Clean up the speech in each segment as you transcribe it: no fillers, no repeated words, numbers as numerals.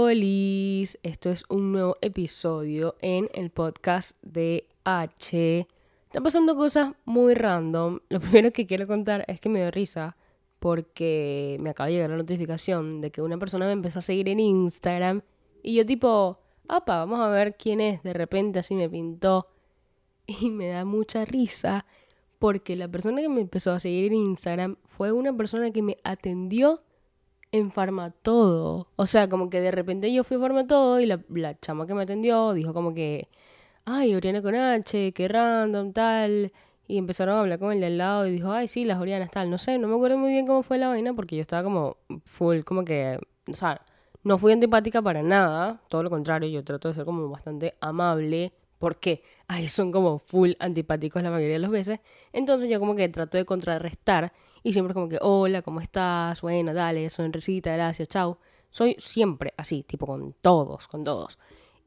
Olis, esto es un nuevo episodio en el podcast de H. Están pasando cosas muy random. Lo primero que quiero contar es que me dio risa porque me acaba de llegar la notificación de que una persona me empezó a seguir en Instagram y yo tipo, apa, vamos a ver quién es. De repente así me pintó y me da mucha risa porque la persona que me empezó a seguir en Instagram fue una persona que me atendió en Farmatodo. O sea, como que de repente yo fui a Farmatodo y la chama que me atendió dijo como que, ay, Oriana con H, qué random, tal. Y empezaron a hablar con el de al lado y dijo, ay, sí, las Orianas, tal. No sé, no me acuerdo muy bien cómo fue la vaina porque yo estaba como full, como que, o sea, no fui antipática para nada. Todo lo contrario, yo trato de ser como bastante amable porque ahí son como full antipáticos la mayoría de las veces. Entonces yo como que trato de contrarrestar y siempre como que, hola, ¿cómo estás? Bueno, dale, sonrisita, gracias, chao. Soy siempre así, tipo con todos, con todos.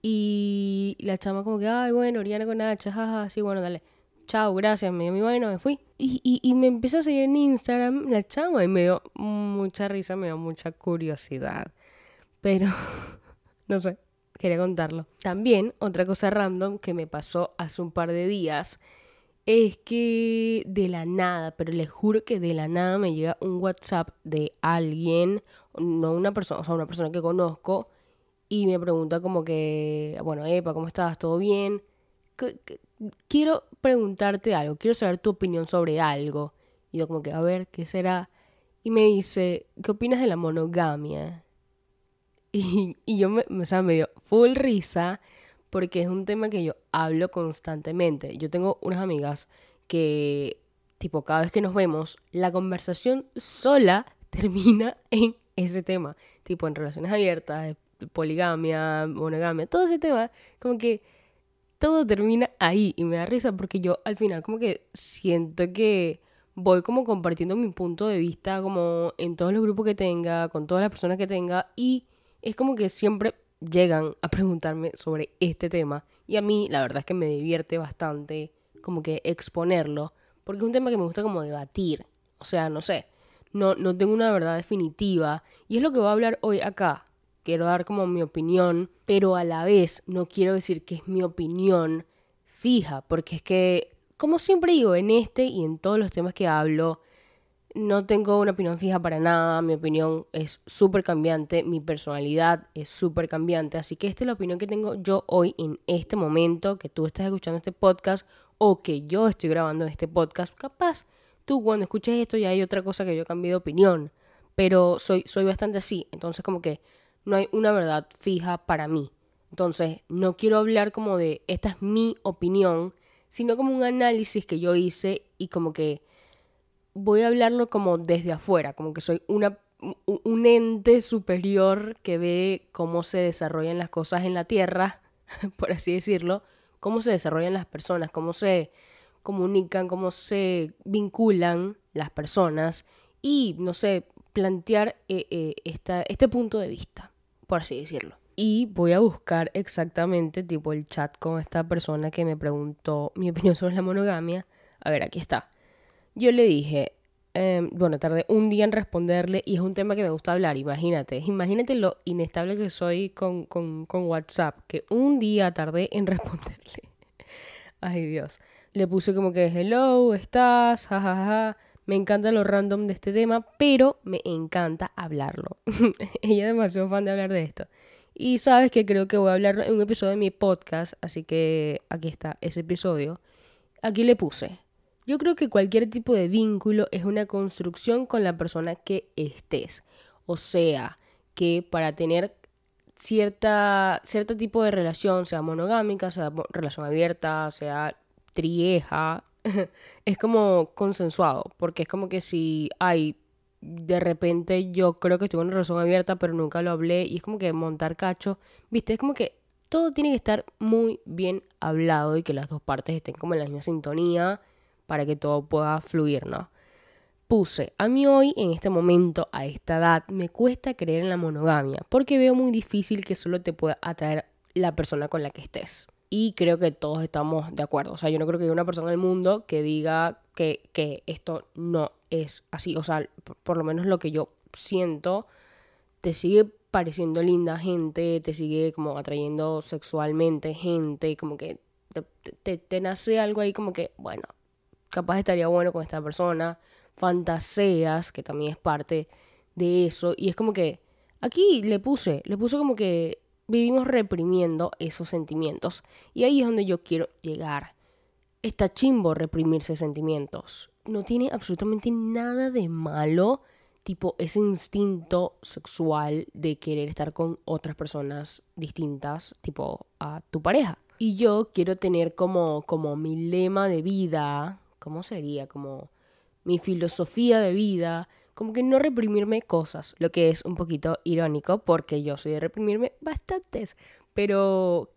Y la chama como que, ay, bueno, Oriana con H, jaja, sí, bueno, dale. Chao, gracias, me dio mi vaina, me fui. Y me empezó a seguir en Instagram la chama y me dio mucha risa, me dio mucha curiosidad. Pero, no sé, quería contarlo. También, otra cosa random que me pasó hace un par de días es que de la nada, pero les juro que de la nada me llega un WhatsApp de alguien, no una persona, o sea, una persona que conozco, y me pregunta como que, bueno, Epa, ¿cómo estás? ¿Todo bien? Quiero preguntarte algo, quiero saber tu opinión sobre algo. Y yo como que, a ver, ¿qué será? Y me dice, ¿qué opinas de la monogamia? Y yo o sea, me dio full risa porque es un tema que yo hablo constantemente. Yo tengo unas amigas que, tipo, cada vez que nos vemos, la conversación sola termina en ese tema. Tipo, en relaciones abiertas, poligamia, monogamia, todo ese tema, como que todo termina ahí. Y me da risa porque yo al final como que siento que voy como compartiendo mi punto de vista como en todos los grupos que tenga, con todas las personas que tenga y es como que siempre llegan a preguntarme sobre este tema y a mí la verdad es que me divierte bastante como que exponerlo porque es un tema que me gusta como debatir, o sea, no sé, no tengo una verdad definitiva y es lo que voy a hablar hoy acá. Quiero dar como mi opinión, pero a la vez no quiero decir que es mi opinión fija, porque es que, como siempre digo, en este y en todos los temas que hablo, no tengo una opinión fija para nada, mi opinión es súper cambiante, mi personalidad es súper cambiante, así que esta es la opinión que tengo yo hoy en este momento, que tú estás escuchando este podcast o que yo estoy grabando este podcast, capaz tú cuando escuches esto ya hay otra cosa que yo cambié de opinión, pero soy bastante así, entonces como que no hay una verdad fija para mí. Entonces, no quiero hablar como de esta es mi opinión, sino como un análisis que yo hice y como que voy a hablarlo como desde afuera, como que soy un ente superior que ve cómo se desarrollan las cosas en la Tierra, por así decirlo, cómo se desarrollan las personas, cómo se comunican, cómo se vinculan las personas y, no sé, plantear este punto de vista, por así decirlo. Y voy a buscar exactamente tipo el chat con esta persona que me preguntó mi opinión sobre la monogamia. A ver, aquí está. Yo le dije, bueno, tardé un día en responderle y es un tema que me gusta hablar, imagínate lo inestable que soy con WhatsApp, que un día tardé en responderle. Ay, Dios. Le puse como que, hello, ¿estás? Jajaja. Me encanta lo random de este tema, pero me encanta hablarlo. Ella es demasiado fan de hablar de esto. Y sabes que creo que voy a hablar en un episodio de mi podcast, así que aquí está ese episodio. Aquí le puse. Yo creo que cualquier tipo de vínculo es una construcción con la persona que estés. O sea, que para tener cierto tipo de relación, sea monogámica, sea relación abierta, sea trieja, es como consensuado, porque es como que si hay, de repente yo creo que estuve en una relación abierta, pero nunca lo hablé, y es como que montar cacho, viste, es como que todo tiene que estar muy bien hablado y que las dos partes estén como en la misma sintonía para que todo pueda fluir, ¿no? Puse, a mí hoy, en este momento, a esta edad, me cuesta creer en la monogamia, porque veo muy difícil que solo te pueda atraer la persona con la que estés. Y creo que todos estamos de acuerdo. O sea, yo no creo que haya una persona en el mundo que diga que esto no es así. O sea, por lo menos lo que yo siento, te sigue pareciendo linda gente, te sigue como atrayendo sexualmente gente, como que te nace algo ahí como que, bueno, capaz estaría bueno con esta persona, fantaseas, que también es parte de eso, y es como que aquí le puse como que vivimos reprimiendo esos sentimientos, y ahí es donde yo quiero llegar. Está chimbo reprimirse sentimientos, no tiene absolutamente nada de malo, tipo ese instinto sexual de querer estar con otras personas distintas, tipo a tu pareja. Y yo quiero tener como mi lema de vida, ¿cómo sería? Como mi filosofía de vida, como que no reprimirme cosas, lo que es un poquito irónico porque yo soy de reprimirme bastantes, pero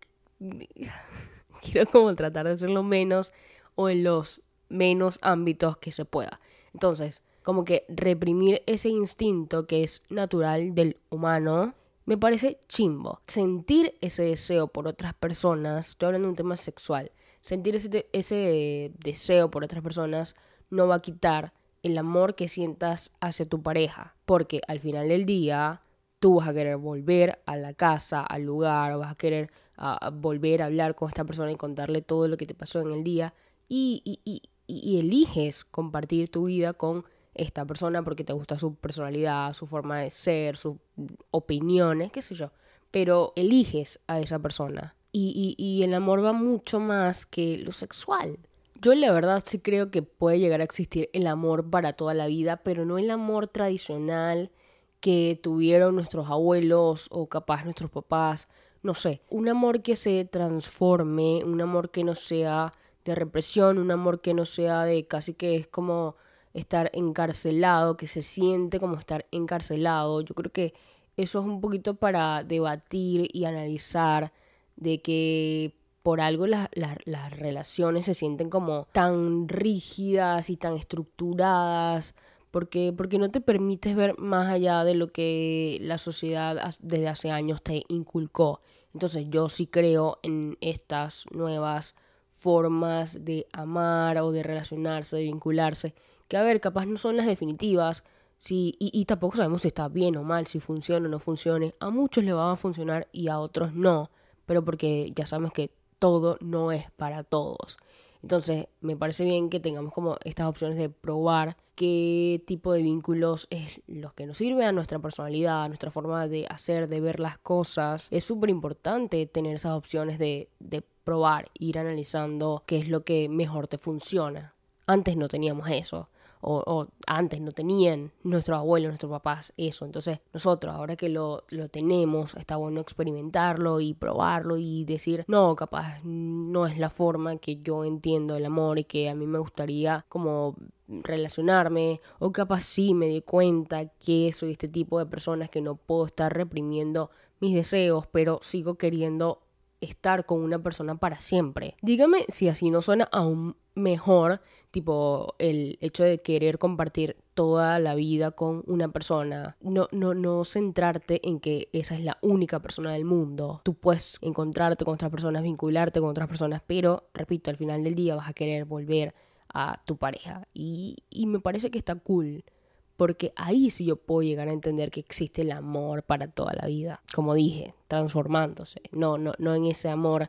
quiero como tratar de hacerlo menos o en los menos ámbitos que se pueda. Entonces, como que reprimir ese instinto que es natural del humano me parece chimbo. Sentir ese deseo por otras personas, estoy hablando de un tema sexual, sentir ese deseo por otras personas no va a quitar el amor que sientas hacia tu pareja, porque al final del día tú vas a querer volver a la casa, al lugar, o vas a querer volver a hablar con esta persona y contarle todo lo que te pasó en el día y eliges compartir tu vida con esta persona porque te gusta su personalidad, su forma de ser, sus opiniones, qué sé yo, pero eliges a esa persona y el amor va mucho más que lo sexual. Yo la verdad sí creo que puede llegar a existir el amor para toda la vida, pero no el amor tradicional que tuvieron nuestros abuelos o capaz nuestros papás, no sé, un amor que se transforme, un amor que no sea de represión, un amor que no sea de casi que es como estar encarcelado, que se siente como estar encarcelado. Yo creo que eso es un poquito para debatir y analizar de que por algo las relaciones se sienten como tan rígidas y tan estructuradas, porque no te permites ver más allá de lo que la sociedad desde hace años te inculcó. Entonces yo sí creo en estas nuevas formas de amar o de relacionarse, de vincularse, que a ver, capaz no son las definitivas, sí, y tampoco sabemos si está bien o mal, si funciona o no funcione. A muchos le va a funcionar y a otros no, pero porque ya sabemos que todo no es para todos. Entonces, me parece bien que tengamos como estas opciones de probar qué tipo de vínculos es los que nos sirven a nuestra personalidad, a nuestra forma de hacer, de ver las cosas. Es súper importante tener esas opciones de probar, ir analizando qué es lo que mejor te funciona. Antes no teníamos eso. O antes no tenían nuestros abuelos, nuestros papás eso. Entonces nosotros ahora que lo tenemos, está bueno experimentarlo y probarlo y decir, no, capaz no es la forma que yo entiendo el amor y que a mí me gustaría como relacionarme, o capaz sí me di cuenta que soy este tipo de personas que no puedo estar reprimiendo mis deseos, pero sigo queriendo estar con una persona para siempre. Dígame si así no suena aún mejor, tipo el hecho de querer compartir toda la vida con una persona. No centrarte en que esa es la única persona del mundo. Tú puedes encontrarte con otras personas, vincularte con otras personas, pero, repito, al final del día vas a querer volver a tu pareja. Y me parece que está cool. Porque ahí sí yo puedo llegar a entender que existe el amor para toda la vida. Como dije, transformándose. No en ese amor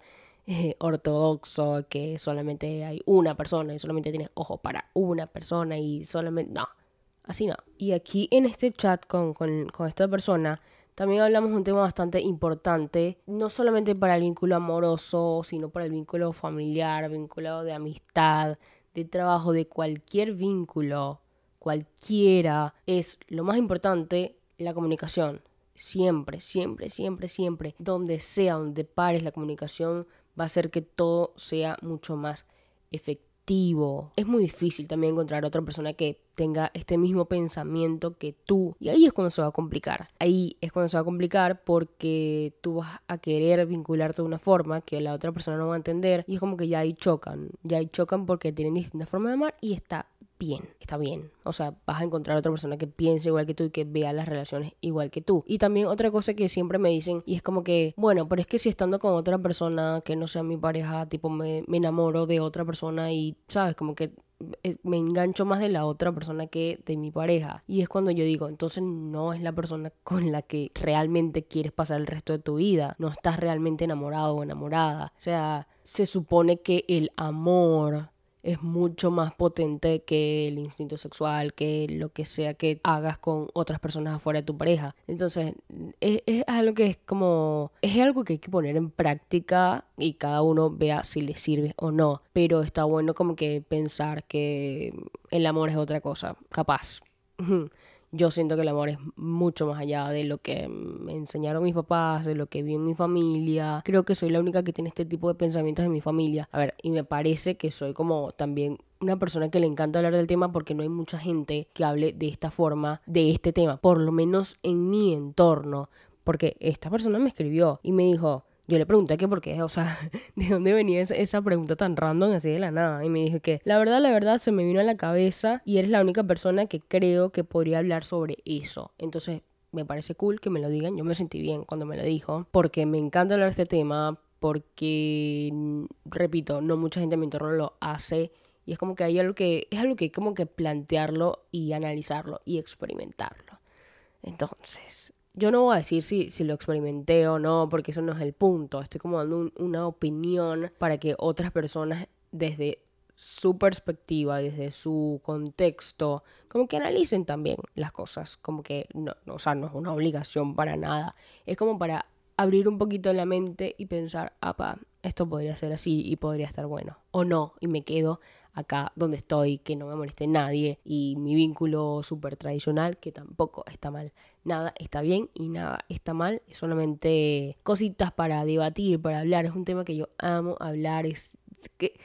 ortodoxo que solamente hay una persona y solamente tienes ojos para una persona y solamente... No, así no. Y aquí en este chat con esta persona también hablamos de un tema bastante importante. No solamente para el vínculo amoroso, sino para el vínculo familiar, vínculo de amistad, de trabajo, de cualquier vínculo. Cualquiera, es lo más importante, la comunicación. Siempre, siempre, siempre, siempre. Donde sea, donde pares la comunicación, va a hacer que todo sea mucho más efectivo. Es muy difícil también encontrar otra persona que tenga este mismo pensamiento que tú. Y ahí es cuando se va a complicar. Ahí es cuando se va a complicar porque tú vas a querer vincularte de una forma que la otra persona no va a entender. Y es como que ya ahí chocan. Ya ahí chocan porque tienen distintas formas de amar y está bien. O sea, vas a encontrar otra persona que piense igual que tú y que vea las relaciones igual que tú. Y también otra cosa que siempre me dicen, y es como que, bueno, pero es que si estando con otra persona que no sea mi pareja, tipo me enamoro de otra persona y, ¿sabes? Como que me engancho más de la otra persona que de mi pareja. Y es cuando yo digo, entonces no es la persona con la que realmente quieres pasar el resto de tu vida. No estás realmente enamorado o enamorada. O sea, se supone que el amor es mucho más potente que el instinto sexual, que lo que sea que hagas con otras personas afuera de tu pareja. Entonces, es algo que es como, es algo que hay que poner en práctica y cada uno vea si le sirve o no. Pero está bueno como que pensar que el amor es otra cosa, capaz. Yo siento que el amor es mucho más allá de lo que me enseñaron mis papás, de lo que vi en mi familia. Creo que soy la única que tiene este tipo de pensamientos en mi familia. A ver, y me parece que soy como también una persona que le encanta hablar del tema porque no hay mucha gente que hable de esta forma, de este tema, por lo menos en mi entorno. Porque esta persona me escribió y me dijo... Yo le pregunté que por qué, o sea, de dónde venía esa pregunta tan random así de la nada. Y me dijo que la verdad se me vino a la cabeza y eres la única persona que creo que podría hablar sobre eso. Entonces, me parece cool que me lo digan. Yo me sentí bien cuando me lo dijo porque me encanta hablar de este tema porque, repito, no mucha gente en mi entorno lo hace. Y es como que hay algo que, es algo que hay como que plantearlo y analizarlo y experimentarlo. Entonces... Yo no voy a decir si lo experimenté o no, porque eso no es el punto. Estoy como dando una opinión para que otras personas desde su perspectiva, desde su contexto, como que analicen también las cosas. Como que, no, o sea, no es una obligación para nada. Es como para abrir un poquito la mente y pensar, apa, esto podría ser así y podría estar bueno. O no, y me quedo acá donde estoy, que no me moleste nadie, y mi vínculo súper tradicional, que tampoco está mal. Nada está bien y nada está mal, es solamente cositas para debatir, para hablar. Es un tema que yo amo hablar, es que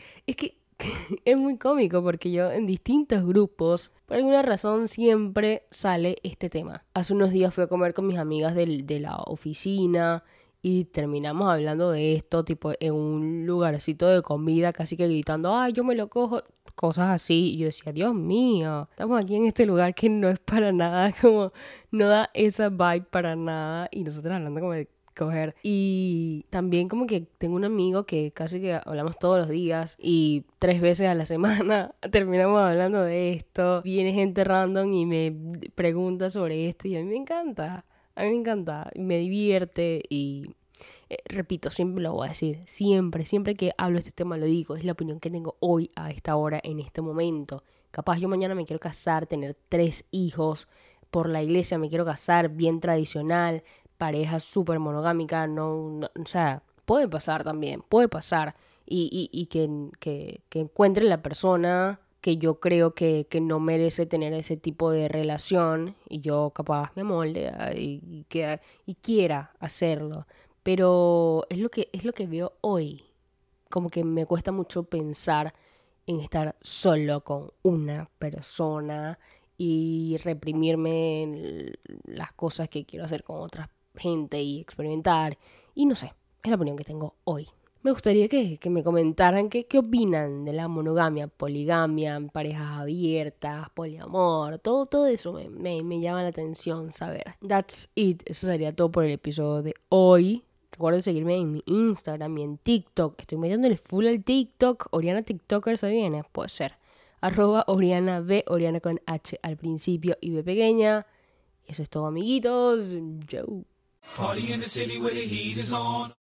es muy cómico porque yo en distintos grupos, por alguna razón siempre sale este tema. Hace unos días fui a comer con mis amigas de la oficina y terminamos hablando de esto, tipo en un lugarcito de comida, casi que gritando, ay, yo me lo cojo, cosas así. Y yo decía, Dios mío, estamos aquí en este lugar que no es para nada, como no da esa vibe para nada. Y nosotros hablando como de coger. Y también como que tengo un amigo que casi que hablamos todos los días y 3 veces a la semana terminamos hablando de esto. Viene gente random y me pregunta sobre esto y a mí me encanta. A mí me encanta, me divierte y repito, siempre lo voy a decir, siempre que hablo de este tema lo digo, es la opinión que tengo hoy a esta hora, en este momento. Capaz yo mañana me quiero casar, tener 3 hijos, por la iglesia me quiero casar, bien tradicional, pareja súper monogámica, o sea, puede pasar también, puede pasar. Y que encuentre la persona que yo creo que no merece tener ese tipo de relación y yo capaz me molde y quiera hacerlo. Pero es lo que veo hoy. Como que me cuesta mucho pensar en estar solo con una persona y reprimirme en las cosas que quiero hacer con otra gente y experimentar. Y no sé, es la opinión que tengo hoy. Me gustaría que me comentaran qué opinan de la monogamia, poligamia, parejas abiertas, poliamor, todo eso me llama la atención saber. That's it, eso sería todo por el episodio de hoy. Recuerden seguirme en mi Instagram y en TikTok. Estoy metiéndole full al TikTok. Oriana TikToker se viene, puede ser. @Oriana B, Oriana con H al principio y B pequeña. Eso es todo, amiguitos. Chau.